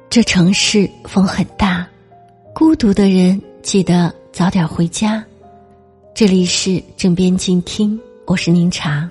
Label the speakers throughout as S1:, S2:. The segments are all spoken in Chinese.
S1: 这城市风很大，孤独的人记得早点回家。这里是枕边静听，我是宁茶。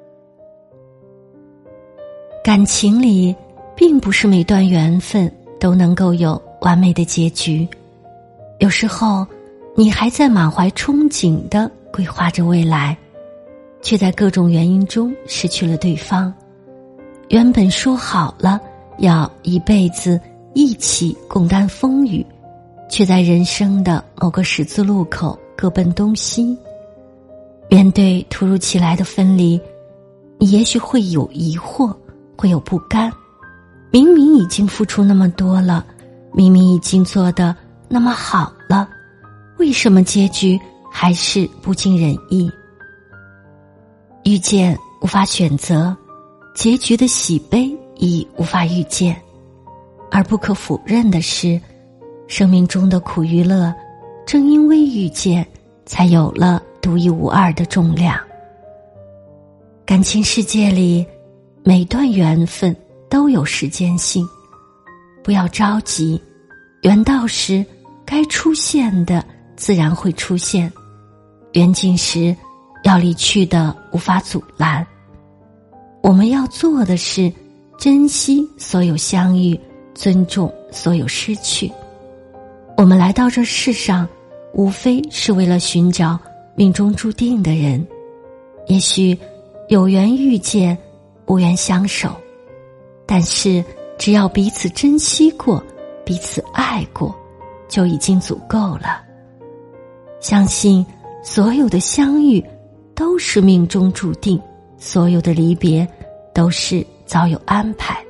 S1: 感情里并不是每段缘分都能够有完美的结局，有时候你还在满怀憧憬地规划着未来，却在各种原因中失去了对方。原本说好了要一辈子一起共担风雨，却在人生的某个十字路口各奔东西。面对突如其来的分离，你也许会有疑惑，会有不甘。明明已经付出那么多了，明明已经做得那么好了，为什么结局还是不尽人意？遇见无法选择，结局的喜悲亦无法预见。而不可否认的是，生命中的苦与乐，正因为遇见，才有了独一无二的重量。感情世界里，每段缘分都有时间性，不要着急，缘到时该出现的自然会出现，缘尽时要离去的无法阻拦。我们要做的是珍惜所有相遇，尊重所有失去。我们来到这世上，无非是为了寻找命中注定的人。也许有缘遇见，无缘相守，但是只要彼此珍惜过，彼此爱过，就已经足够了。相信所有的相遇都是命中注定，所有的离别都是早有安排。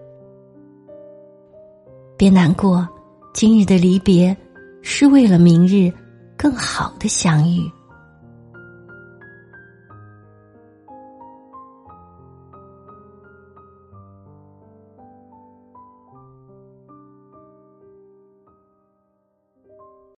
S1: 别难过，今日的离别是为了明日更好的相遇。